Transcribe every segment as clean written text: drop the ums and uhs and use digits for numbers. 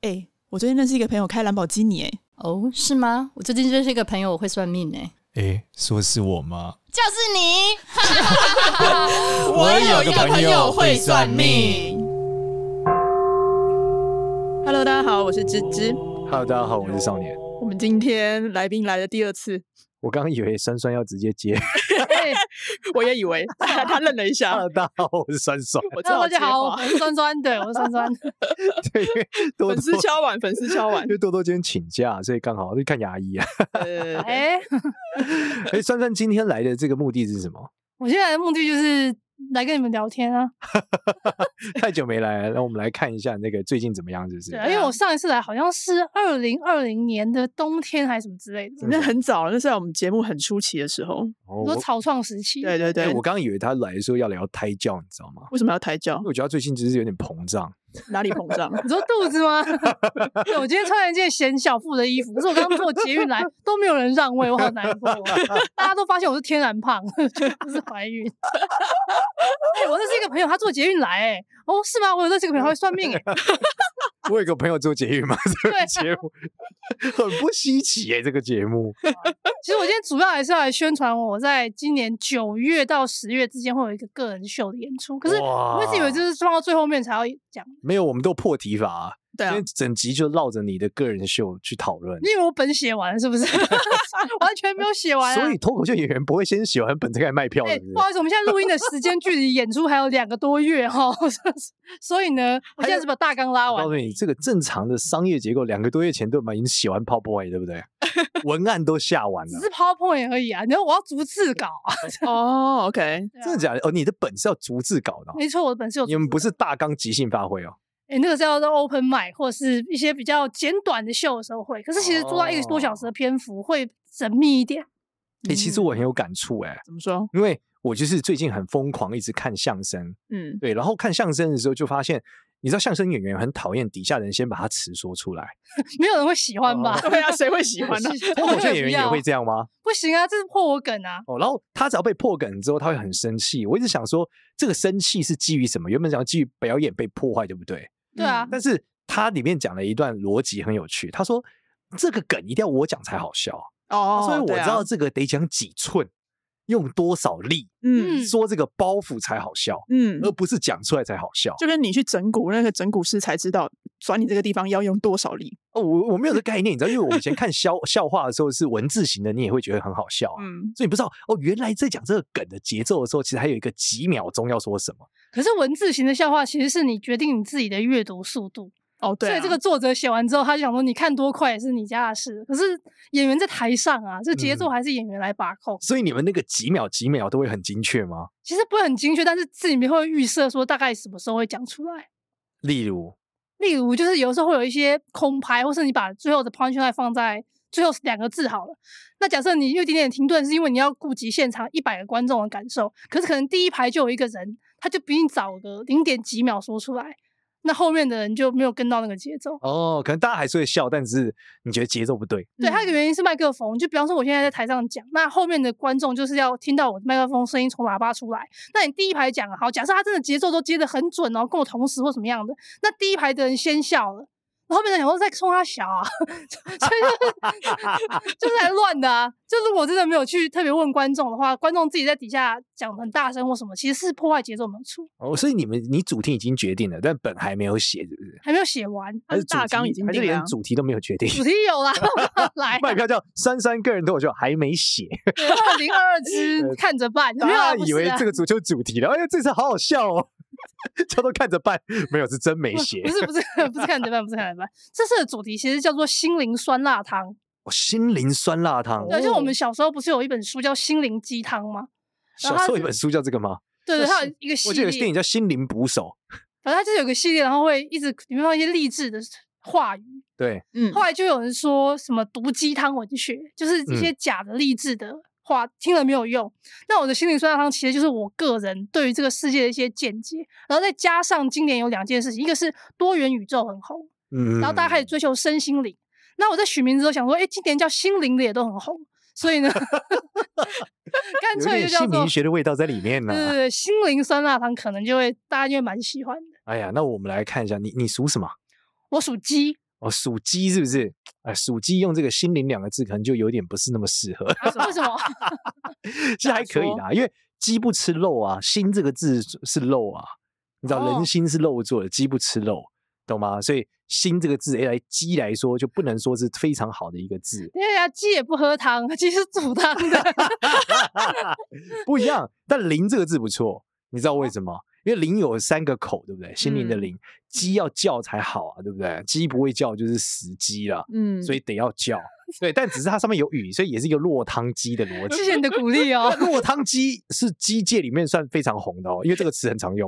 我最近认识一个朋友开兰博基尼哦，是吗？我最近认识一个朋友，我会算命说是我吗？ 就是你我有一个朋友会算命。Hello， 大家好，我是芝芝。 Hello， 大家好，我是少年。 我们今天来宾来了第二次， 我刚刚以为酸酸要直接接我也以为他愣了一下。 Hello， 大家好，我是酸酸。 大家好，我是酸酸，对，我是酸酸。 对，多多粉丝敲碗，粉丝敲碗。 因为多多今天请假，所以刚好去看牙医啊。酸酸今天来的这个目的是什么？ 我现在来的目的就是来跟你们聊天啊。 太久没来了，那我们来看一下那个最近怎么样，是不是？ 对啊，因为我上一次来好像是2020年的冬天还是什么之类的， 那很早了，那是在我们节目很初期的时候， 你说草创时期。 对对对， 我刚刚以为他来的时候要聊胎教，你知道吗？ 为什么要胎教？ 因为我觉得他最近就是有点膨胀。 哪里膨胀？ 你说肚子吗？对，我今天穿了一件显小腹的衣服，可是我刚刚坐捷运来都没有人让位，我好难过。大家都发现我是天然胖，不是怀孕。我认识一个朋友，他坐捷运来，哦，是吗？我有认识一个朋友会算命， 我有一个朋友做捷运嘛，这个节目很不稀奇这个节目。 其实我今天主要还是要来宣传我在今年9月到10月之间会有一个个人秀的演出，可是我一直以为这是放到最后面才要讲。 没有，我们都破题法啊。 对啊， 因为整集就绕着你的个人秀去讨论。 你以为我本写完是不是？完全没有写完所以脱口秀演员不会先写完本再开始卖票，是不是？ 不好意思，我们现在录音的时间距离演出还有2个多月所以呢，我现在是把大纲拉完。 我告诉你，这个正常的商业结构2个多月前都已经写完 PowerPoint， 对不对？文案都下完了， 只是 PowerPoint 而已啊！你说我要逐字稿哦，OK， 真的假的？你的本是要逐字稿的？ 没错，我的本是有。 你们不是大纲即兴发挥哦？ 那个是要 open mic 或者是一些比较简短的秀的时候会，可是其实做到1个多小时的篇幅会缜密一点。 其实我很有感触怎么说？ 因为我就是最近很疯狂，一直看相声，对，然后看相声的时候就发现，你知道相声演员很讨厌底下人先把他词说出来， 没有人会喜欢吧？ 对啊，谁会喜欢呢？ 脱口秀演员也会这样吗？ 不行啊，这是破我梗啊！ 然后他只要被破梗之后，他会很生气。我一直想说，这个生气是基于什么？原本想要基于表演被破坏，对不对？ 对啊， 但是他里面讲了一段逻辑很有趣，他说这个梗一定要我讲才好笑所以我知道这个得讲几寸，用多少力，说这个包袱才好笑，而不是讲出来才好笑。 就跟你去整蛊，那个整蛊师才知道转你这个地方要用多少力。 我没有这个概念，你知道，因为我以前看笑话的时候是文字型的，你也会觉得很好笑所以你不知道原来在讲这个梗的节奏的时候，其实还有一个几秒钟要说什么。 可是文字型的笑话其实是你决定你自己的阅读速度。 对所以这个作者写完之后，他就想说你看多快也是你家的事。可是演员在台上啊，这节奏还是演员来把控。 所以你们那个几秒几秒都会很精确吗？ 其实不会很精确，但是自己会预设说大概什么时候会讲出来。 例如就是有的时候会有一些空拍，或是你把最后的 punchline 放在最后2个字好了。那假设你有一点点停顿，是因为你要顾及现场100个观众的感受，可是可能第一排就有一个人，他就比你早个0点几秒说出来，那后面的人就没有跟到那个节奏。 可能大家还是会笑，但是你觉得节奏不对。 对，它的原因是麦克风。就比方说我现在在台上讲，那后面的观众就是要听到我的麦克风声音从喇叭出来。那你第一排讲好，假设他真的节奏都接得很准跟我同时或什么样的，那第一排的人先笑了，后面的人想说在冲他小所以就是来乱的啊。就如果真的没有去特别问观众的话，观众自己在底下讲很大声或什么，其实是破坏节奏没有错。 所以你主题已经决定了，但本还没有写，是不是？ 还没有写完， 还是大纲已经定了， 还是连主题都没有决定？ 主题有啦，来卖票叫酸酸个人脱口秀还没写 ，2022之看着办。 大家以为这个就主题了，哎呀，这次好好笑叫做看着办，没有，是真没写。 不是看着办，不是看着办。这次的主题其实叫做心灵酸辣汤。 心灵酸辣汤。 对，就我们小时候不是有一本书叫心灵鸡汤吗？ 小时候有一本书叫这个吗？ 对，它有一个系列。 我记得有个电影叫心灵捕手。 反正它就是有个系列，然后会一直里面放一些励志的话语。 对， 后来就有人说什么毒鸡汤文学，就是一些假的励志的话听了没有用。那我的心灵酸辣汤其实就是我个人对于这个世界的一些见解，然后再加上今年有2件事情，一个是多元宇宙很红，然后大家开始追求身心灵。那我在取名字都想说，今年叫心灵的也都很红，所以呢干脆就叫做有点姓名学的味道在里面呢。 对，心灵酸辣汤可能就会大家就会蛮喜欢的。 哎呀，那我们来看一下，你属什么？ 我属鸡。 属鸡是不是？属鸡用这个心灵2个字可能就有点不是那么适合。 为什么？ 其实还可以啦，因为鸡不吃肉啊，心这个字是肉啊，你知道人心是肉做的，鸡不吃肉，懂吗？所以心这个字，来鸡来说就不能说是非常好的一个字。 对啊，鸡也不喝汤，鸡是煮汤的。 不一样，但灵这个字不错，你知道为什么？因为灵有3个口，对不对？心灵的灵，鸡要叫才好啊，对不对？鸡不会叫就是死鸡了，所以得要叫。对，但只是它上面有语，所以也是一个落汤鸡的逻辑。 谢谢你的鼓励哦。 落汤鸡是鸡界里面算非常红的哦，因为这个词很常用。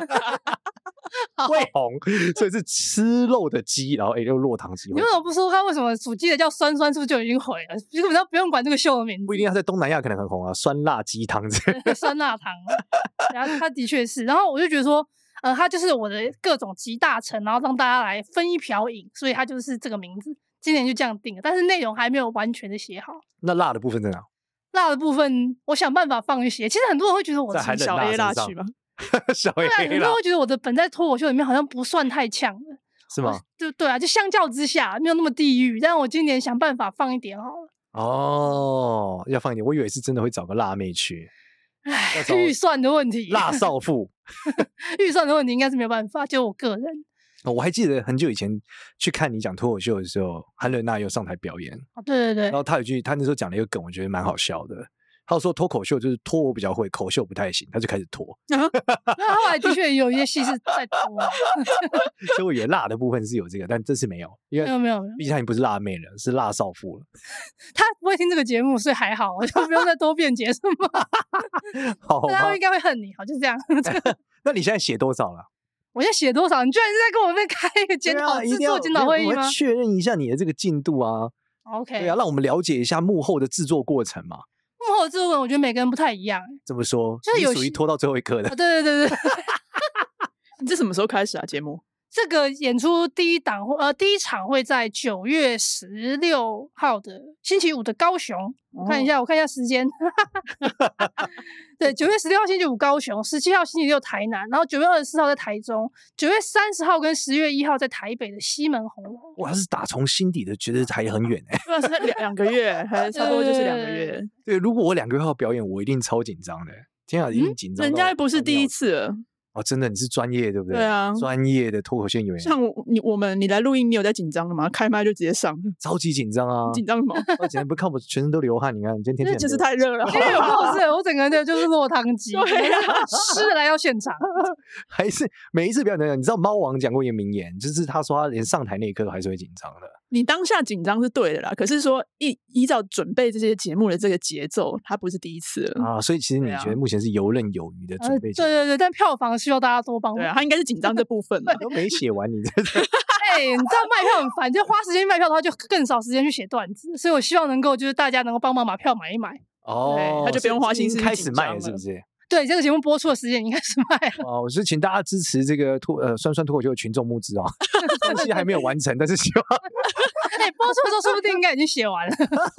会红，所以是吃肉的鸡，然后又落汤鸡。 你为什么不说看为什么属鸡的叫酸酸，是不是就已经毁了？基本上不用管这个秀的名字。 不一定，它在东南亚可能很红啊，酸辣鸡汤之类的。 酸辣汤，然后它的确是，然后我就觉得说，它就是我的各种集大成，然后让大家来分一瓢饮，所以它就是这个名字。今年就这样定了，但是内容还没有完全的写好。 那辣的部分在哪？ 辣的部分，我想办法放一些。其实很多人会觉得我在小 A 辣去吗？ 小 A 辣， 很多人会觉得我的本在脱口秀里面好像不算太呛的， 是吗？ 对啊，就相较之下没有那么地狱，但我今年想办法放一点好了。 哦，要放一点，我以为是真的会找个辣妹去。 唉，预算的问题， 辣少妇， 预算的问题应该是没有办法，就我个人。 我还记得很久以前去看你讲脱口秀的时候，韩伦娜有上台表演。 对， 然后他那时候讲了一个梗，我觉得蛮好笑的。他说脱口秀就是脱我比较会，口秀不太行，他就开始脱。 那后来的确有一些戏是在脱， 所以我以为辣的部分是有这个，但这次没有，因为没有， 毕竟他已经不是辣妹了，是辣少妇了。 他不会听这个节目，所以还好，我就不用再多辩解什么。 好， 他应该会恨你，好，就这样。 那你现在写多少了？ 我现在写多少？你居然是在跟我在开一个检讨制作检讨会议吗？ 我要确认一下你的这个进度啊。 OK， 对啊，让我们了解一下幕后的制作过程嘛。 幕后的制作过程，我觉得每个人不太一样。 怎么说？ 就是有属于拖到最后一刻的。 对。 你这什么时候开始啊？节目？ 这个演出第一场会在9月16号的星期五的高雄。我看一下时间。对，9月16号星期五高雄，17号星期六台南，然后9月24号在台中，9月30号跟10月1号在台北的西门红楼。 哇，是打从心底的觉得还很远对啊，是2个月，还差不多就是2个月。 对，如果我2个月后表演，我一定超紧张的。天啊，一定紧张。 人家不是第一次了。 哦，真的，你是专业对不对？ 对啊， 专业的脱口秀演员。 像你来录音，你有在紧张的吗？开麦就直接上， 超级紧张啊！ 紧张什么？ 我简直不看我全身都流汗，你看，今天天气就是太热了。 因为我整个人就是落汤鸡，湿的来到现场。 还是每一次表演，你知道猫王讲过一个名言，就是他说他连上台那一刻都还是会紧张的。 你当下紧张是对的啦，可是说依照准备这些节目的这个节奏，它不是第一次了啊，所以其实你觉得目前是游刃有余的准备？ 对，但票房希望大家多帮忙。 对啊，他应该是紧张这部分了， 都没写完，你这你知道卖票很烦，就花时间卖票的话，就更少时间去写段子，所以我希望能够就是大家能够帮忙把票买一买。 哦， 他就不用花心思开始卖了，是不是？ 对，这个节目播出的时间已经开始卖了。 哦，所以请大家支持这个酸酸脱口秀的群众募资啊！虽然还没有完成，但是希望播出的时候说不定应该已经写完了。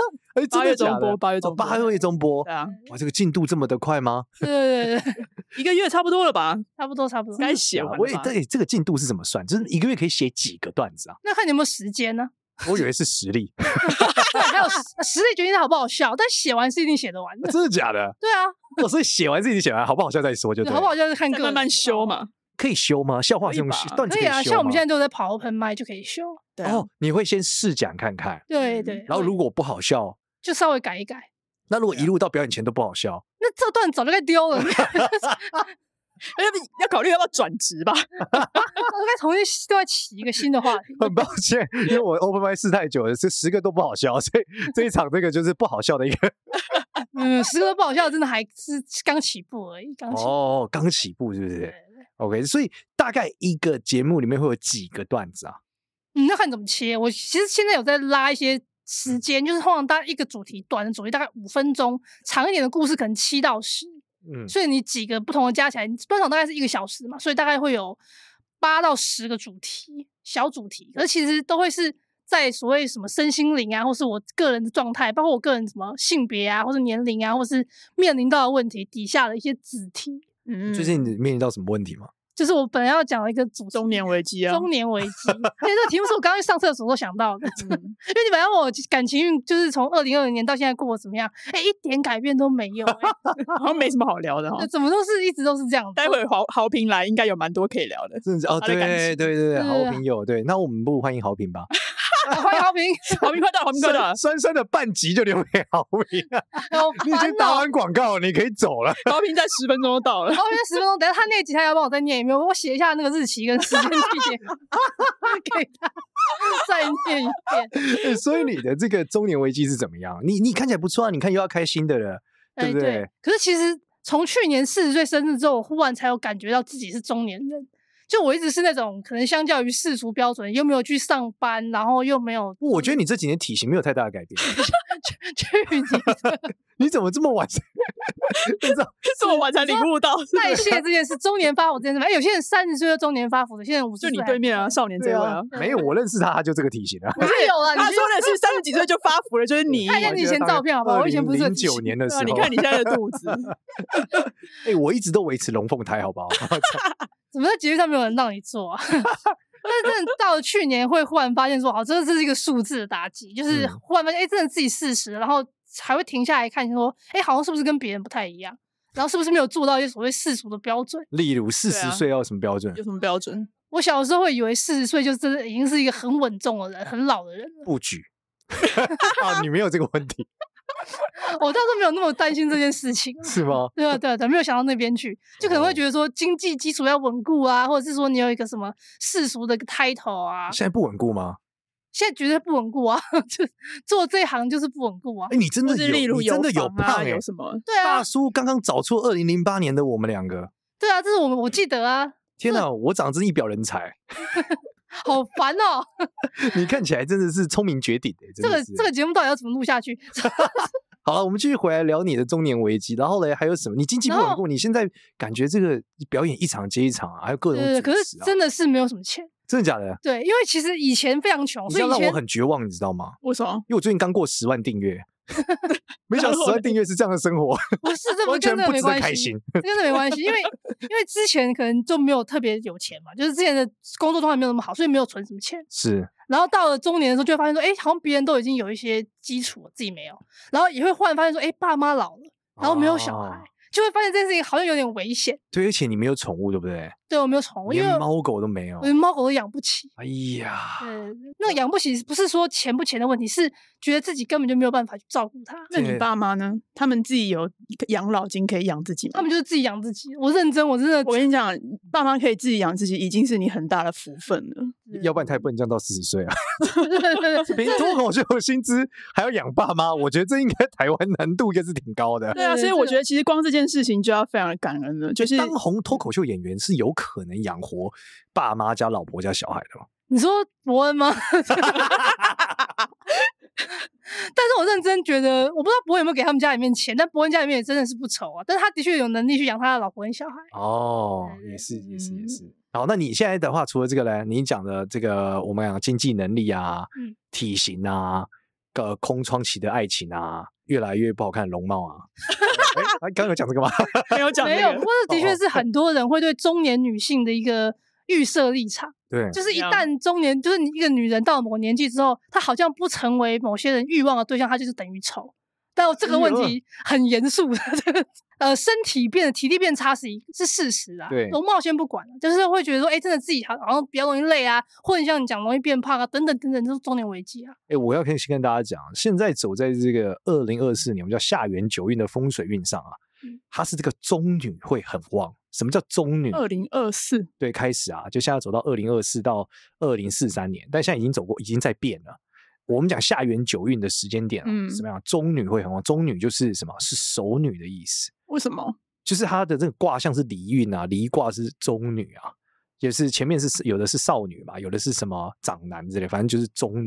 8月中播，8 月中播。 对啊， 哇，这个进度这么的快吗？ 对 ，1个月差不多了吧？ 差不多， 该写完了。 我也这个进度是怎么算？就是1个月可以写几个段子啊？ 那看你有没有时间呢？ 我以为是实力。 对，还有实力决定它好不好笑，但写完是一定写得完的。 真的假的？ 对啊。 所以写完自己写完好不好笑再说就对了。 好不好笑是看个人慢慢修嘛。 可以修吗？笑话是用段子可以修吗？ 可以啊，像我们现在都在跑 open mic 就可以修。 对啊， 你会先试讲看看。 对。 然后如果不好笑， 就稍微改一改。 那如果一路到表演前都不好笑， 那这段早就该丢了。 要考虑要不要转职吧？ 我该重新再起一个新的话题。 很抱歉，因为我 open mic 试太久了，这10个都不好笑，所以这一场这个就是不好笑的一个。 10个都不好笑，真的还是刚起步而已。 刚起步是不是 ？OK， 所以大概一个节目里面会有几个段子啊？ 那看怎么切。我其实现在有在拉一些时间，就是通常大概一个主题，短的主题大概5分钟，长一点的故事可能7到10。所以你几个不同的加起来，专场大概是1个小时嘛，所以大概会有8到10个主题，小主题。可是其实都会是在所谓什么身心灵啊，或是我个人的状态，包括我个人什么性别啊，或是年龄啊，或是面临到的问题底下的一些子题。 最近你面临到什么问题吗？ 就是我本来要讲的一个主题， 中年危机啊， 中年危机。而且这个题目是我刚刚上厕所都想到的，因为你本来问我感情运，就是从2020年到现在过得怎么样？一点改变都没有， 好像没什么好聊的哈。 怎么都是一直都是这样。 待会豪平来，应该有蛮多可以聊的。 真的哦，对，豪平有对，那我们不欢迎豪平吧？ 欢迎豪平， 豪平快到，豪平快到， 酸酸的半集就留给豪平了。你已经打完广告，你可以走了。 豪平在10分钟就到了。 豪平10分钟，等下他那集他要帮我再念一遍，我写一下那个日期跟时间地点，给他再念一遍。 所以你的这个中年危机是怎么样？你看起来不错啊，你看又要开新的了，对不对？ 可是其实从去年40岁生日之后，我忽然才有感觉到自己是中年人。就我一直是那种可能相较于世俗标准又没有去上班，然后又没有， 我觉得你这几年体型没有太大的改变。 去你的！ 你怎么这么晚？ 这么晚才领悟到代谢这件事，中年发福这件事。有些人30岁就中年发福的，现在50岁。 就你对面啊，少年这位啊， 没有，我认识他就这个体型啊。 不是有啊？ 他说的是30几岁就发福了，就是你。 看一下你以前照片好不好？我以前不是 09年的时候， 你看你现在的肚子。 我一直都维持龙凤胎，好不好？ 怎么在节目上没有人让你做啊？但是真的到了去年会忽然发现说，好，这是一个数字的打击，就是忽然发现，真的自己40了，然后还会停下来看说，好像是不是跟别人不太一样，然后是不是没有做到一些所谓世俗的标准？ 例如40岁要有什么标准？ 有什么标准？ 我小时候会以为40岁就真的已经是一个很稳重的人，很老的人了。 不举啊，你没有这个问题。 我倒是没有那么担心这件事情， 是吗？ 对，没有想到那边去，就可能会觉得说经济基础要稳固啊，或者是说你有一个什么世俗的 title 啊。 现在不稳固吗？ 现在绝对不稳固啊！就做这一行就是不稳固啊！ 你真的有，你真的有胖有什么？ 对啊， 大叔刚刚找出2008年的我们两个。 对啊，这是我记得啊。 天哪，我长得真一表人才。 好烦哦！ 你看起来真的是聪明绝顶这个节目到底要怎么录下去？ 好了，我们继续回来聊你的中年危机。然后呢，还有什么？你经济不稳固，你现在感觉这个表演一场接一场啊，还有各种主持啊。 可是真的是没有什么钱。 真的假的？ 对，因为其实以前非常穷，所以让我很绝望，你知道吗？ 为什么？ 因为我最近刚过10万订阅。没想到10万订阅是这样的生活， 不是，这完全不值得开心， 真的没关系，因为之前可能就没有特别有钱嘛，就是之前的工作状况没有那么好，所以没有存什么钱。 是， 然后到了中年的时候，就会发现说，好像别人都已经有一些基础，自己没有，然后也会忽然发现说，爸妈老了，然后没有小孩。就会发现这件事情好像有点危险。 对，而且你没有宠物，对不对？ 对，我没有宠物，因为连猫狗都没有， 连猫狗都养不起。 哎呀， 那养不起不是说钱不钱的问题，是觉得自己根本就没有办法去照顾它。 那你爸妈呢？他们自己有养老金可以养自己吗？ 他们就是自己养自己。我认真，我真的， 我跟你讲，爸妈可以自己养自己，已经是你很大的福分了。 要不然他也不能降到40岁啊。比脱口秀薪资还要养爸妈，我觉得这应该台湾难度应该是挺高的。 对啊，所以我觉得其实光这件事情就要非常的感恩了。就是当红脱口秀演员是有可能养活爸妈加老婆加小孩的吗？ 你说伯恩吗？但是我认真觉得，我不知道伯恩有没有给他们家里面钱，但伯恩家里面也真的是不愁啊。但是他的确有能力去养他的老婆跟小孩。 哦，也是。好，那你现在的话，除了这个呢，你讲的这个我们讲经济能力啊、体型啊、空窗期的爱情啊、越来越不好看的容貌啊，刚刚有讲这个吗？ 没有讲， 没有。不过的确是很多人会对中年女性的一个预设立场。 对， 就是一旦中年，就是一个女人到了某个年纪之后，她好像不成为某些人欲望的对象，她就是等于丑。但这个问题很严肃的，身体体力变差是事实啊。 对， 容貌先不管了，就是会觉得说，真的自己好像比较容易累啊，或者像你讲容易变胖啊，等等，这是中年危机啊。 我要先跟大家讲，现在走在这个2024年，我们叫下元9运的风水运上啊，它是这个中女会很旺。什么叫中女 ？2024 对，开始啊，就现在走到2024到2043年，但现在已经走过，已经在变了。我们讲下元9运的时间点什么样？中女会很旺，中女就是什么？是熟女的意思。 为什么？ 就是它的这个卦象是离运啊，离卦是中女啊，就是前面是有的是少女嘛，有的是什么长男之类，反正就是中女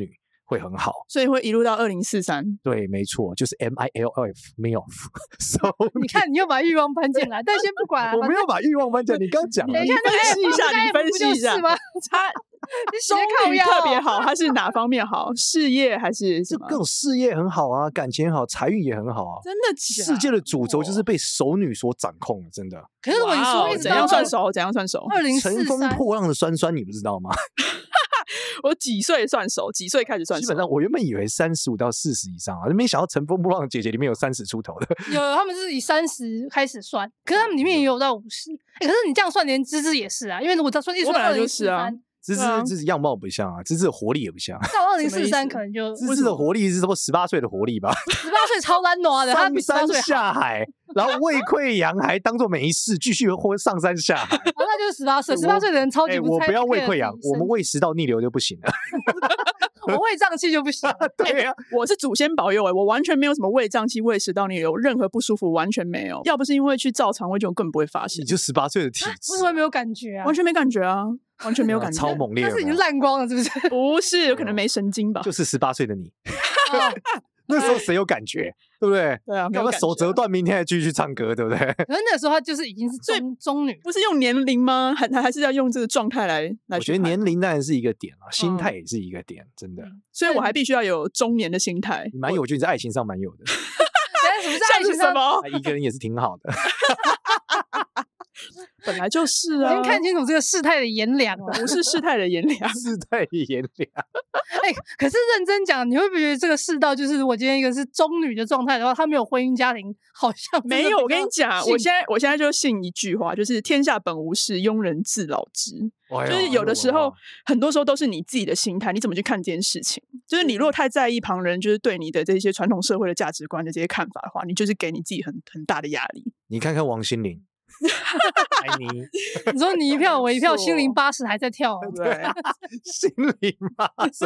会很好， 所以会一路到2043。 对，没错，就是 MILF MILF 你看你又把欲望搬进来，但先不管我没有把欲望搬进来，你刚讲了， 等一下分析一下，你分析一下吗？ 中女特别好，它是哪方面好？事业还是什么？ 各种事业很好啊，感情很好，财运也很好啊。 真的假的？ 世界的主轴就是被熟女所掌控，真的。 可是如果你说怎样算熟？怎样算熟 ？2043 乘风破浪的酸酸，你不知道吗？ 我几岁算熟？几岁开始算熟？ 基本上我原本以为35到40以上啊，没想到乘风破浪的姐姐里面有30出头的。 有，他们是以30开始算，可是他们里面也有到50。可是你这样算，连芝芝也是啊，因为如果他算一算2043。 芝芝样貌不像啊，芝芝的活力也不像。 到2043可能就芝芝的活力是什么18岁的活力吧 ？18岁超懒惰的，他比18岁下海，然后胃溃疡还当作没事，继续上山下海。 那就是18岁，18岁的人超级我不要胃溃疡，我们胃食道逆流就不行了。 我胃胀气就不行。 对啊， 我是祖先保佑我完全没有什么胃胀气、胃食道逆流，任何不舒服完全没有。要不是因为去照肠胃，就根本不会发现。 你就18岁的体质， 为什么没有感觉啊？ 完全没感觉啊，完全没有感觉， 超猛烈。 但是已经烂光了，是不是？ 不是，有可能没神经吧。 就是18岁的你，那时候谁有感觉？对不对？ 对啊， 要不要手折断，明天还继续唱歌，对不对？ 可是那个时候她就是已经是中女， 不是用年龄吗？还是要用这个状态来？ 我觉得年龄当然是一个点啊，心态也是一个点，真的。 所以我还必须要有中年的心态。 你蛮有，我觉得你在爱情上蛮有的。 什么是爱情上？ 一个人也是挺好的。 本来就是啊， 我已经看清楚这个世态的炎凉了， 不是世态的炎凉， 世态的炎凉。 可是认真讲，你会不会觉得这个世道，就是如果今天一个是中女的状态的话，她没有婚姻家庭，好像没有。我跟你讲，我现在就信一句话，就是天下本无事，庸人自扰之。就是有的时候，很多时候都是你自己的心态，你怎么去看这件事情？就是你如果太在意旁人，就是对你的这些传统社会的价值观的这些看法的话，你就是给你自己很大的压力。 你看看王心凌。爱你， 你说你一票我一票，心灵80还在跳， 对，心灵80，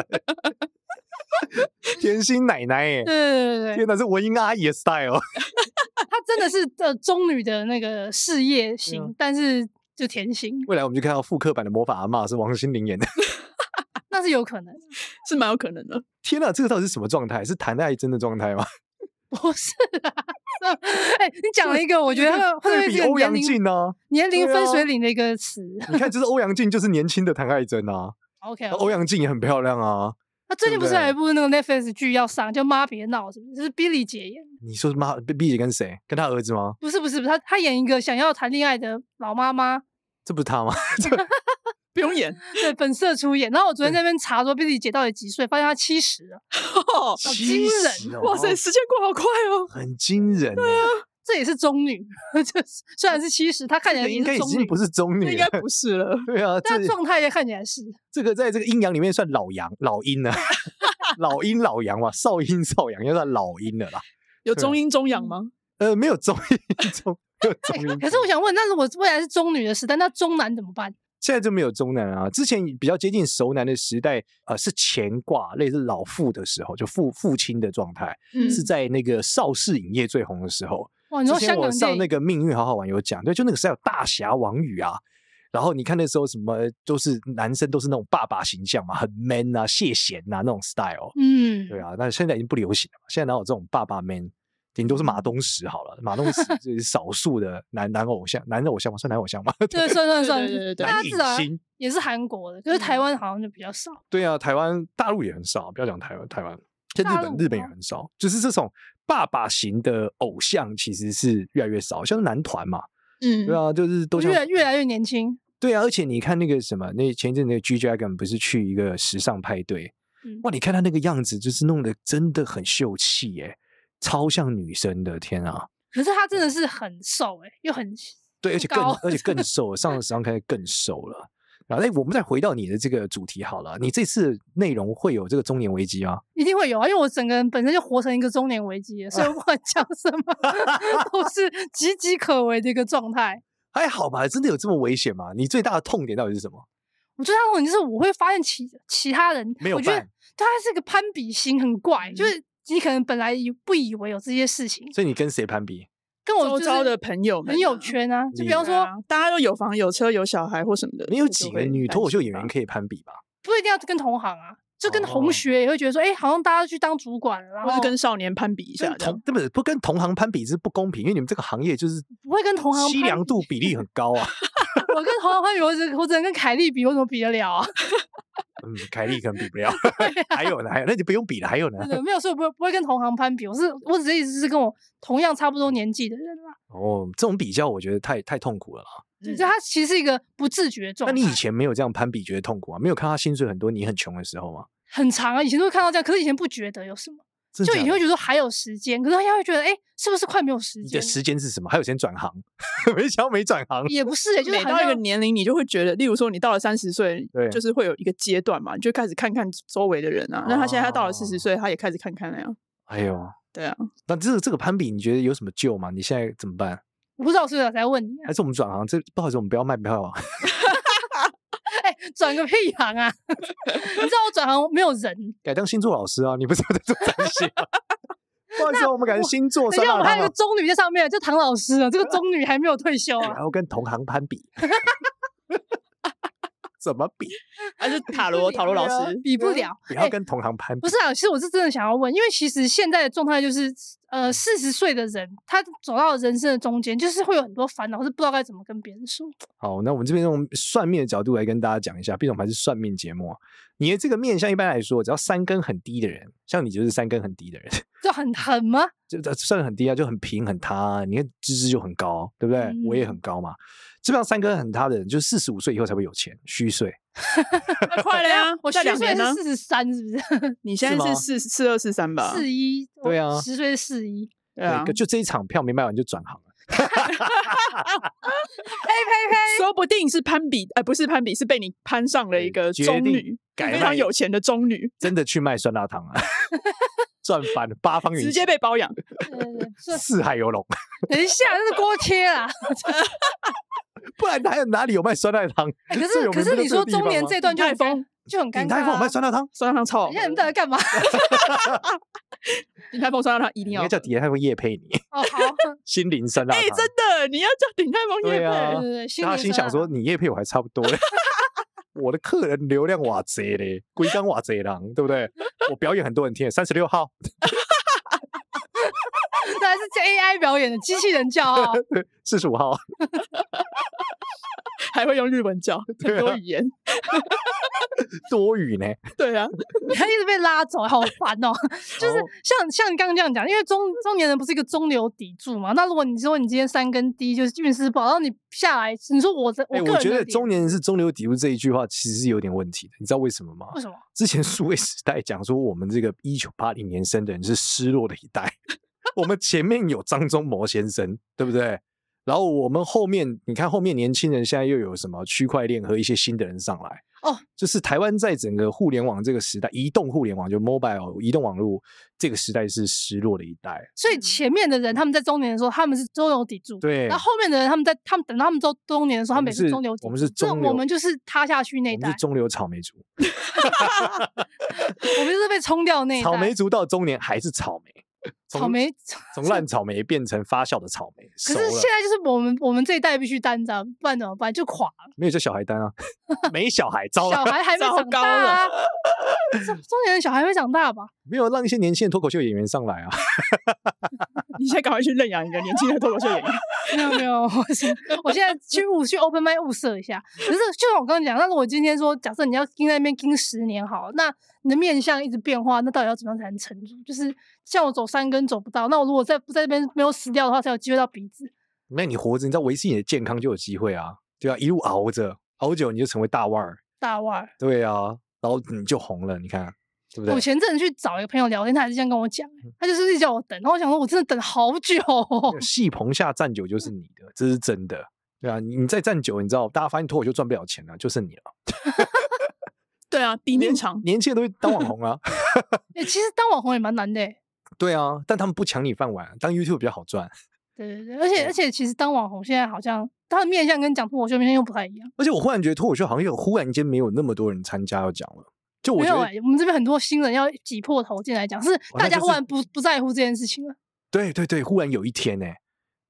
甜心奶奶耶， 对， 天哪，是文英阿姨的 style， 她真的是中女的那个事业型，但是就甜心。 未来我们就看到复刻版的魔法阿嬷是王心凌演的， 那是有可能， 是蛮有可能的。 天哪，这个到底是什么状态？是谈爱真的状态吗？ 不是啊，你讲了一个，我觉得会比欧阳靖呢， 年龄分水岭的一个词。 你看，就是欧阳靖就是年轻的谭爱珍啊。 OK， 欧阳靖也很漂亮啊。 他最近不是有一部那个 Netflix 剧要上，叫《妈别闹》，是不是？是 Billy 姐演。 你说妈 Billy 姐跟谁？跟他儿子吗？ 不是，他演一个想要谈恋爱的老妈妈。 这不是他吗？ 不用演， 对，本色出演。然后我昨天在那边查说 Billy 姐到底几岁，发现她70了，好惊人！ 哇塞，时间过好快哦， 很惊人。 对啊，这也是中女，虽然是70，她看起来应该已经不是中女了， 应该不是了。 对啊， 但状态也看起来是。 这个在这个阴阳里面算老阳老阴呢，老阴老阳嘛，少阴少阳，要算老阴的啦。 有中阴中阳吗？ 没有中阴中。 可是我想问，那如果未来是中女的时代，那中男怎么办？ 现在就没有中男啊，之前比较接近熟男的时代，是乾卦，类似老父的时候，就父亲的状态，是在那个邵氏影业最红的时候。 哇，你说香港我上那个命运好好玩有讲，对，就那个时代有大侠王宇啊，然后你看那时候什么都是男生都是那种爸爸形象嘛，很 man 啊，谢贤啊那种 style， 对啊，那现在已经不流行了嘛，现在哪有这种爸爸 man？顶多是马东石好了，马东石就是少数的男偶像，男偶像吗？算男偶像吗？ 对，算， 对， 男影星也是韩国的，可是台湾好像就比较少。 对啊，台湾大陆也很少，不要讲台湾，在日本也很少，就是这种爸爸型的偶像其实是越来越少，像是男团嘛，对啊，就是都越来越年轻。 对啊，而且你看那个什么，那前一阵那个 G-Dragon 不是去一个时尚派对，哇，你看他那个样子，就是弄得真的很秀气耶。超像女生的，天啊！ 可是他真的是很瘦又很对，而且更瘦了，上了时尚开始更瘦了。然后，我们再回到你的这个主题好了，你这次内容会有这个中年危机吗？ 一定会有啊，因为我整个人本身就活成一个中年危机，所以不管讲什么都是岌岌可危的一个状态。 还好吧？真的有这么危险吗？你最大的痛点到底是什么？ 我最大的痛点就是我会发现其他人没有， 我觉得他是个攀比心很怪，就是你可能本来不以为有这些事情， 所以你跟谁攀比？ 跟我周遭的朋友们、 朋友圈啊，就比方说大家都有房有车有小孩或什么的， 没有几个女脱口秀演员可以攀比吧？ 不一定要跟同行啊， 就跟同学也会觉得说，好像大家去当主管了，然后或是跟少年攀比一下， 不跟同行攀比是不公平，因为你们这个行业就是不会跟同行凄凉度比例很高啊。 我跟同行攀比，我只能跟凯莉比，我怎么比得了啊？ 凯莉可能比不了。还有呢，那你不用比了。还有呢， 没有，所以不会跟同行攀比。我只是意思是跟我同样差不多年纪的人啦。 这种比较我觉得太痛苦了啦。 就他其实是一个不自觉的状态。 那你以前没有这样攀比觉得痛苦啊？没有看他薪水很多，你很穷的时候吗？ 很长啊，以前都会看到这样，可是以前不觉得有什么。就以前会觉得说还有时间，可是现在会觉得是不是快没有时间？ 你的时间是什么？还有时间转行？没想到没转行， 也不是就是每到一个年龄，你就会觉得，例如说你到了30岁，就是会有一个阶段嘛，你就开始看看周围的人啊。那他现在到了40岁，他也开始看看那样。 哎呦， 对啊。 那这个攀比，你觉得有什么救吗？你现在怎么办？ 我不知道，所以我才问你。 还是我们转行？不好意思，我们不要卖票啊。 转个屁行啊！你知道我转行没有人， 改当星座老师啊？你不是在做占星啊？不好意思，我们改成星座。 等一下，我们还有个中女在上面，就唐老师啊，这个中女还没有退休啊。 然后跟同行攀比，怎么比？ 还是塔罗老师比不了， 不要跟同行攀比。 不是啊，其实我是真的想要问，因为其实现在的状态就是，40岁的人他走到人生的中间，就是会有很多烦恼，是不知道该怎么跟别人说。 好，那我们这边用算命的角度来跟大家讲一下，毕竟我们还是算命节目啊。你的这个面相一般来说，只要3根很低的人，像你就是3根很低的人， 就很吗？ 就算很低啊，就很平很塌啊。你看芝芝就很高，对不对？我也很高嘛。基本上3根很塌的人，就45岁以后才会有钱，虚岁。 太快了呀！ 我虚岁是43，是不是？ 你现在是42、43吧 ？41， 对啊 ，10岁是41， 对啊， 就这一场票没卖完就转行了。 呸！ 说不定是攀比，不是攀比，是被你攀上了一个中女，非常有钱的中女， 真的去卖酸辣汤啊，赚翻了8方云集， 直接被包养， 四海游龙。 等一下，这是锅贴啦。 不然还有哪里有卖酸辣汤？ 可是你说中年这段就很尴尬。 鼎泰丰有卖酸辣汤， 酸辣汤超好。 你看你们在干嘛？ 鼎泰丰酸辣汤一定要， 应该叫鼎泰丰业配你。 哦，好， 心灵酸辣汤。 真的，你要叫鼎泰丰业配。 对， 他心想说，你业配我还差不多。我的客人流量哇贼嘞，龟缸哇贼狼，对不对？我表演很多人听，36号。 那还是 AI 表演的机器人叫啊 ，45号。 还会用日文叫，很多语言。 多语呢？ 对啊，你还一直被拉走，好烦哦。就是像你刚刚这样讲，因为中年人不是一个中流砥柱嘛？那如果你说你今天3根低，就是运势不好，然后你下来，你说我觉得中年人是中流砥柱这一句话其实是有点问题的，你知道为什么吗？ 为什么？ 之前数位时代讲说我们这个1980年生的人是失落的一代，我们前面有张忠谋先生，对不对？然后我们后面，你看后面年轻人现在又有什么区块链和一些新的人上来哦， 就是台湾在整个互联网这个时代，移动互联网就 mobile 移动网络这个时代是失落的一代。 所以前面的人他们在中年的时候，他们是中流砥柱， 对。 然后后面的人他们等到他们中年的时候，他们也是中流砥柱。 我们是中流， 我们就是塌下去那一代， 我们是中流草莓族。 我们就是被冲掉那一代。 草莓族到中年还是草莓。 草莓从烂草莓变成发酵的草莓， 可是现在就是我们这一代必须担着，不然怎么办？就垮了。 没有叫小孩担啊，没小孩，糟了， 小孩还没长大啊。中年人小孩会长大吧？ 没有让一些年轻的脱口秀演员上来啊。 你现在赶快去认养一个年轻的脱口秀演员。 没有，我现在去 Open Mic 物色一下。可是就像我刚刚讲，那如果今天说，假设你要盯在那边盯10年好了，那你的面相一直变化，那到底要怎么样才能撑住？就是像我走3根走不到，那我如果不在这边没有死掉的话，才有机会到鼻子。 那你活着，你知道维持你的健康就有机会啊，对啊，一路熬着，熬久你就成为大腕儿。 大腕儿。 对啊，然后你就红了，你看。对不对？ 我前阵子去找一个朋友聊天，他还是这样跟我讲，他就是一直叫我等，然后我想说，我真的等好久哦。 戏棚下站久就是你的，这是真的。对啊，你再站久，你知道，大家发现脱口秀赚不了钱了，就是你了。 对啊，比面长， 年轻人都会当网红啊。 其实当网红也蛮难的。 对啊，但他们不抢你饭碗，当 YouTube 比较好赚。 对，而且其实当网红现在好像他的面向跟讲脱口秀面向又不太一样。 而且我忽然觉得脱口秀好像忽然间没有那么多人参加要讲了。就我觉得没有我们这边很多新人要挤破头进来讲，是大家忽然不在乎这件事情了。 对，忽然有一天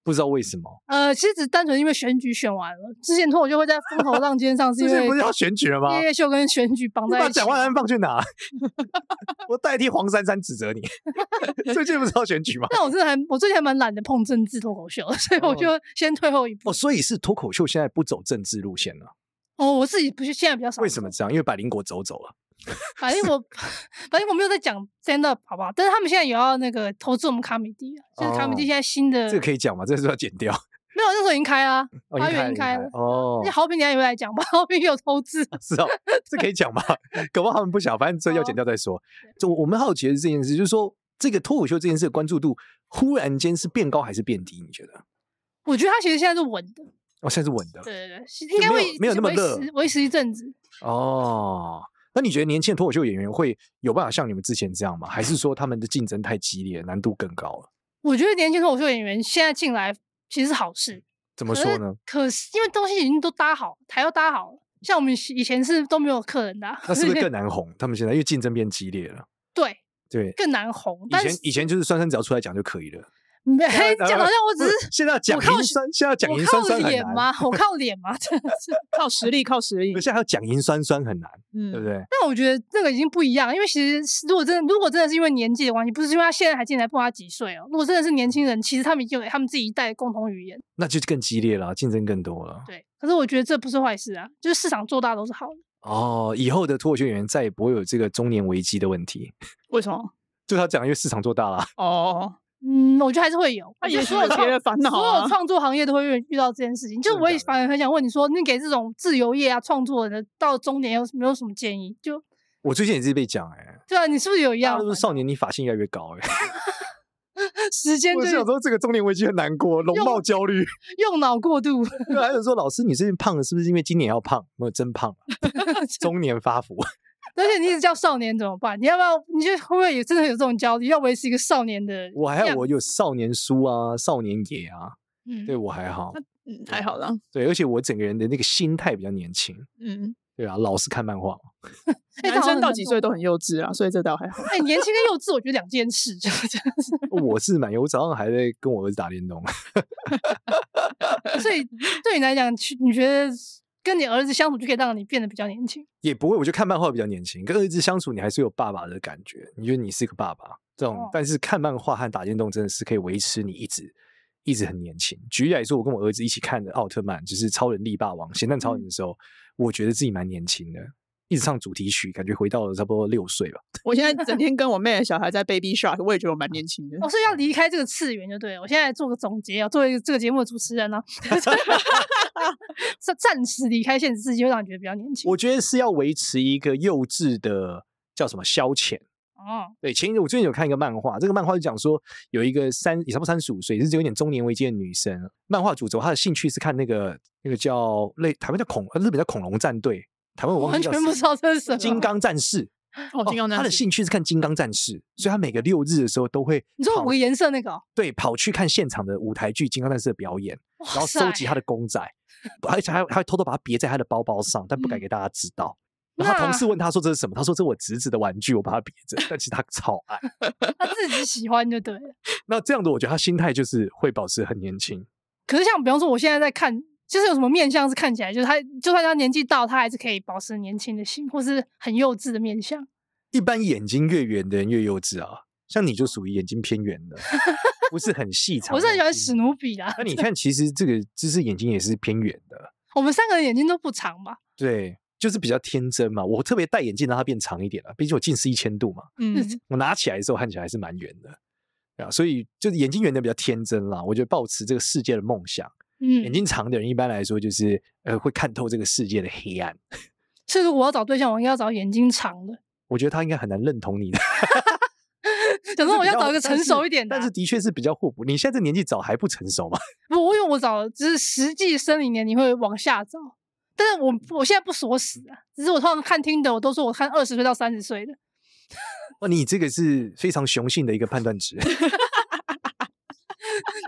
不知道为什么。 其实只单纯因为选举选完了，之前脱口秀会在风头浪尖上，是因为不是要选举了吗？ 夜夜秀跟选举绑在一起。 把蒋万安放去哪？我代替黄珊珊指责你。最近不是要选举吗？ 但我最近还蛮懒得碰政治脱口秀，所以我就先退后一步。 所以是脱口秀现在不走政治路线了。 我自己不是现在比较少。 为什么这样？因为百灵果走了。 百灵果没有在讲 stand up 好不好？但是他们现在也要那个投资我们卡米蒂，就是卡米蒂现在新的这个可以讲吗？这个是要剪掉。 没有，那时候已经开了，8月已经开了。而且豪平等一下也会来讲吧，豪平有投资。 是哦，这可以讲吗？搞不好他们不想，反正这要剪掉再说。就我们好奇的是这件事，就是说这个脱口秀这件事的关注度忽然间是变高还是变低？你觉得？ 我觉得他其实现在是稳的。 现在是稳的。 对，应该会没有那么热， 维持一阵子。 那你觉得年轻的脱口秀演员会有办法像你们之前这样吗？还是说他们的竞争太激烈，难度更高了？ 我觉得年轻脱口秀演员现在进来其实是好事。 怎么说呢？ 可是因为东西已经都搭好，台都搭好了，像我们以前是都没有客人的。 那是不是更难红？他们现在因为竞争变激烈了。对， 更难红。 以前就是酸酸只要出来讲就可以了。 讲好像我只是现在要讲赢酸，现在要讲赢酸酸很难吗？我靠脸吗？真的是靠实力。 现在要讲赢酸酸很难，对不对？ 但我觉得那个已经不一样，因为其实如果真的是因为年纪的关系，不是因为他现在还进来，不管他几岁哦。如果真的是年轻人，其实他们已经有他们自己一代的共同语言， 那就更激烈了，竞争更多了。 对，可是我觉得这不是坏事啊，就是市场做大都是好的。 以后的脱口秀演员再也不会有这个中年危机的问题。 为什么？ 就他讲，因为市场做大了。 我觉得还是会有， 也是有别的烦恼。 所有创作行业都会遇到这件事情。就我也反而很想问你说，你给这种自由业啊、创作的到中年有没有什么建议？就我最近也是被讲对啊，你是不是有一样？ 都是少年，你发性越来越高时间我想说这个中年危机很难过，容貌焦虑， 用脑过度。 还有说老师，你最近胖了，是不是因为今年要胖？没有真胖中年发福。 而且你一直叫少年怎么办？你要不要？你会不会也真的有这种焦虑？要维持一个少年的？ 我有少年书啊，少年野啊，对我还好， 还好啦。 对，而且我整个人的那个心态比较年轻，对啊，老是看漫画。 男生到几岁都很幼稚啊，所以这倒还好。 年轻跟幼稚，我觉得两件事，真的是。 我是我早上还在跟我儿子打电动。 所以对你来讲，你觉得？跟你儿子相处就可以让你变得比较年轻， 也不会。我觉得看漫画比较年轻，跟儿子相处你还是有爸爸的感觉。你觉得你是个爸爸这种，但是看漫画和打电动真的是可以维持你一直很年轻。举例来说，我跟我儿子一起看的奥特曼，就是超人力霸王、咸蛋超人的时候，我觉得自己蛮年轻的，一直唱主题曲，感觉回到了差不多6岁吧。 我现在整天跟我妹的小孩在 Baby Shark， 我也觉得我蛮年轻的。 所以要离开这个次元就对了。我现在做个总结作为这个节目的主持人呢，暂时离开现实世界，会让你觉得比较年轻。 我觉得是要维持一个幼稚的叫什么消遣。对，我最近有看一个漫画，这个漫画就讲说有一个也差不多35岁，是有点中年危机的女生。漫画主轴她的兴趣是看那个叫台湾叫日本叫恐龙战队，台湾我忘记叫完全不知道这是什么。 金刚战士。 金刚战士。 他的兴趣是看金刚战士，所以他每个6日的时候都会。 你说5个颜色那个？ 对，跑去看现场的舞台剧金刚战士的表演，然后收集他的公仔，而且还会偷偷把它别在他的包包上，但不敢给大家知道。然后同事问他说这是什么，他说这是我侄子的玩具，我把它别着，但其实他超爱。 他自己喜欢就对了。 那这样的我觉得他心态就是会保持很年轻。 可是像比方说我现在在看，就是有什么面相是看起来就是他就算他年纪到，他还是可以保持年轻的心，或是很幼稚的面相。 一般眼睛越圆的人越幼稚啊，像你就属于眼睛偏圆的，不是很细长。 我是很喜欢史努比啦。 那你看，其实这个芝士眼睛也是偏圆的。 我们3个人眼睛都不长吧？ 对。就是比较天真嘛，我特别戴眼镜让它变长一点了，毕竟我近视1000度嘛。我拿起来的时候看起来还是蛮圆的，对啊，所以就是眼睛圆的比较天真啦。我觉得抱持这个世界的梦想，眼睛长的人一般来说就是会看透这个世界的黑暗。 所以如果我要找对象，我应该要找眼睛长的。 我觉得他应该很难认同你的。 想说我要找一个成熟一点的， 但是的确是比较互补。你现在这年纪找还不成熟吗？ 不，因为我找只是实际生理年龄会往下找。但是我现在不锁死啊，只是我通常看听的，我都说我看20岁到30岁的。 你这个是非常雄性的一个判断值。 就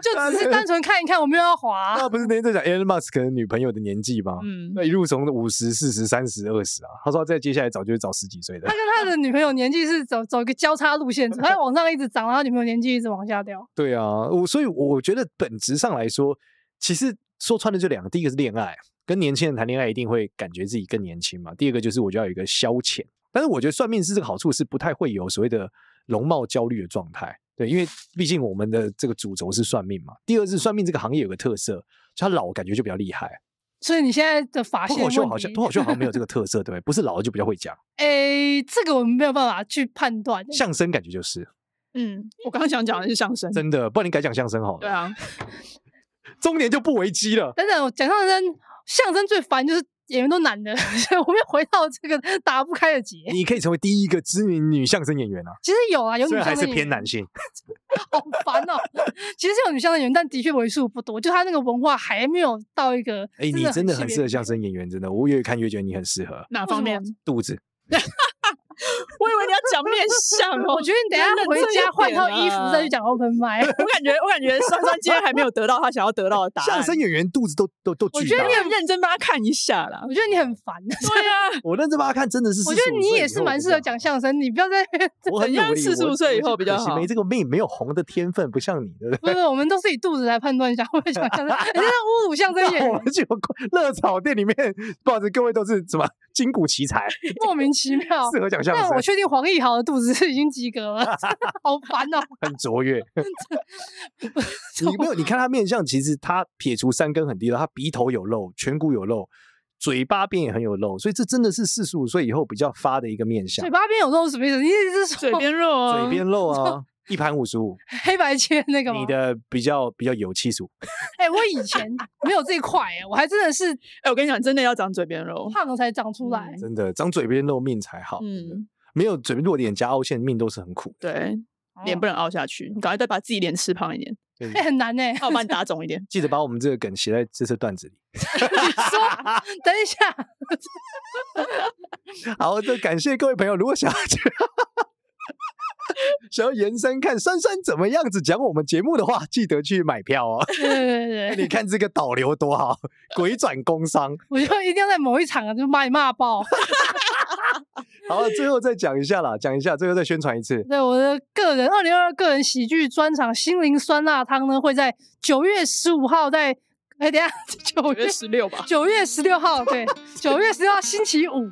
就只是单纯看一看，我没有要滑。 那不是那天在讲 Elon Musk 的女朋友的年纪吗？那一路从50、40、30、20啊，他说再接下来找就会找10几岁的。 他跟他的女朋友年纪是走一个交叉路线，他在往上一直涨，然后女朋友年纪一直往下掉。 对啊，所以我觉得本质上来说，其实说穿了就2个，第一个是恋爱，跟年轻人谈恋爱一定会感觉自己更年轻嘛。第二个就是我就要有一个消遣，但是我觉得算命师这个好处是不太会有所谓的容貌焦虑的状态。对，因为毕竟我们的这个主轴是算命嘛。第二是算命这个行业有个特色，就他老感觉就比较厉害。 所以你现在的发现问题， 脱口秀好像没有这个特色，对不对？不是老了就比较会讲。 这个我们没有办法去判断。 相声感觉就是， 我刚刚想讲的是相声， 真的，不然你改讲相声好了。 对啊， 中年就不为鸡了。 等等，我讲相声最烦就是演员都男的，所以我们又回到这个打不开的结。 你可以成为第一个知名女相声演员啊！ 其实有啊，有女相声演员， 虽然还是偏男性， 好烦哦。其实是有女相声演员，但的确为数不多，就他那个文化还没有到一个。 你真的很适合相声演员，真的，我越看越觉得你很适合。 哪方面？ 肚子。 我以为你要讲面相哦， 我觉得你等一下回家换套衣服再去讲 open mic。 我感觉珊珊今天还没有得到他想要得到的答案。 相声演员肚子都巨大。 我觉得你很认真帮他看一下啦。 我觉得你很烦。 对啊， 我认真帮他看真的是。 我觉得你也是蛮适合讲相声，你不要在我很像45岁以后比较好。 没这个命，没有红的天分，不像你的。 不是，我们都是以肚子来判断一下会不会讲相声。人家侮辱相声演员。 我们去热炒店里面，不好意思，各位都是什么筋骨奇才， 莫名其妙适合讲相声。 但我确定黄义豪的肚子是已经及格了，好烦哦， 很卓越。你看他面相，其实他撇除3根很低的，他鼻头有肉，颧骨有肉，嘴巴边也很有肉，所以这真的是45岁以后比较发的一个面相。 嘴巴边有肉是什么意思？你是说嘴边肉啊？ 嘴边肉啊。1盘55， 黑白切那个吗？ 你的比较有气数。 我以前没有这一块我还真的是我跟你讲，真的要长嘴边肉， 胖了才长出来。 真的长嘴边肉命才好。没有嘴边弱点加凹陷，命都是很苦。 对，脸不能凹下去，你赶快再把自己脸吃胖一点。 很难我把你打肿一点。 记得把我们这个梗写在这次段子里。 你说，等一下。 好，这感谢各位朋友，如果想要延伸看珊珊怎么样子讲我们节目的话，记得去买票哦。 对， 你看这个导流多好，鬼转工商。 我就一定要在某一场就把你骂爆。 好，最后再讲一下啦，最后再宣传一次。 对，我的个人2022个人喜剧专场《心灵酸辣汤》呢，会在9月15号在等一下9月 16吧 ，9月16号，对，9月16号星期五。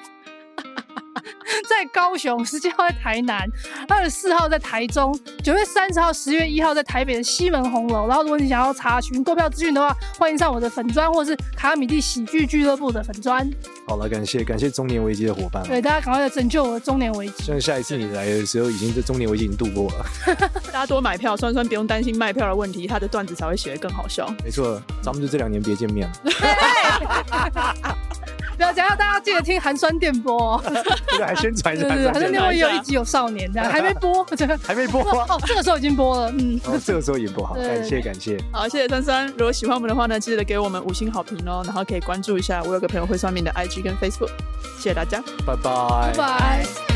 在高雄，17号在台南，24号在台中，9月30号、10月1号在台北的西门红楼。然后，如果你想要查询购票资讯的话，欢迎上我的粉专或是卡米蒂喜剧俱乐部的粉专。 好了，感谢中年危机的伙伴。 对，大家赶快来拯救我的中年危机。 希望下一次你来的时候，已经这中年危机已经度过了。 大家多买票，酸酸不用担心卖票的问题，他的段子才会写得更好笑。 没错，咱们就这2年别见面了。 不要讲，大家记得听寒酸电波。 这个还宣传一下。 寒酸电波也有1集有少年，这样还没播。 还没播哦，这个时候已经播了。 这个时候已经播好，感谢。 好，谢谢珊珊。如果喜欢我们的话呢，记得给我们5星好评哦，然后可以关注一下我有个朋友会算命的 IG 跟 Facebook。谢谢大家， 拜拜。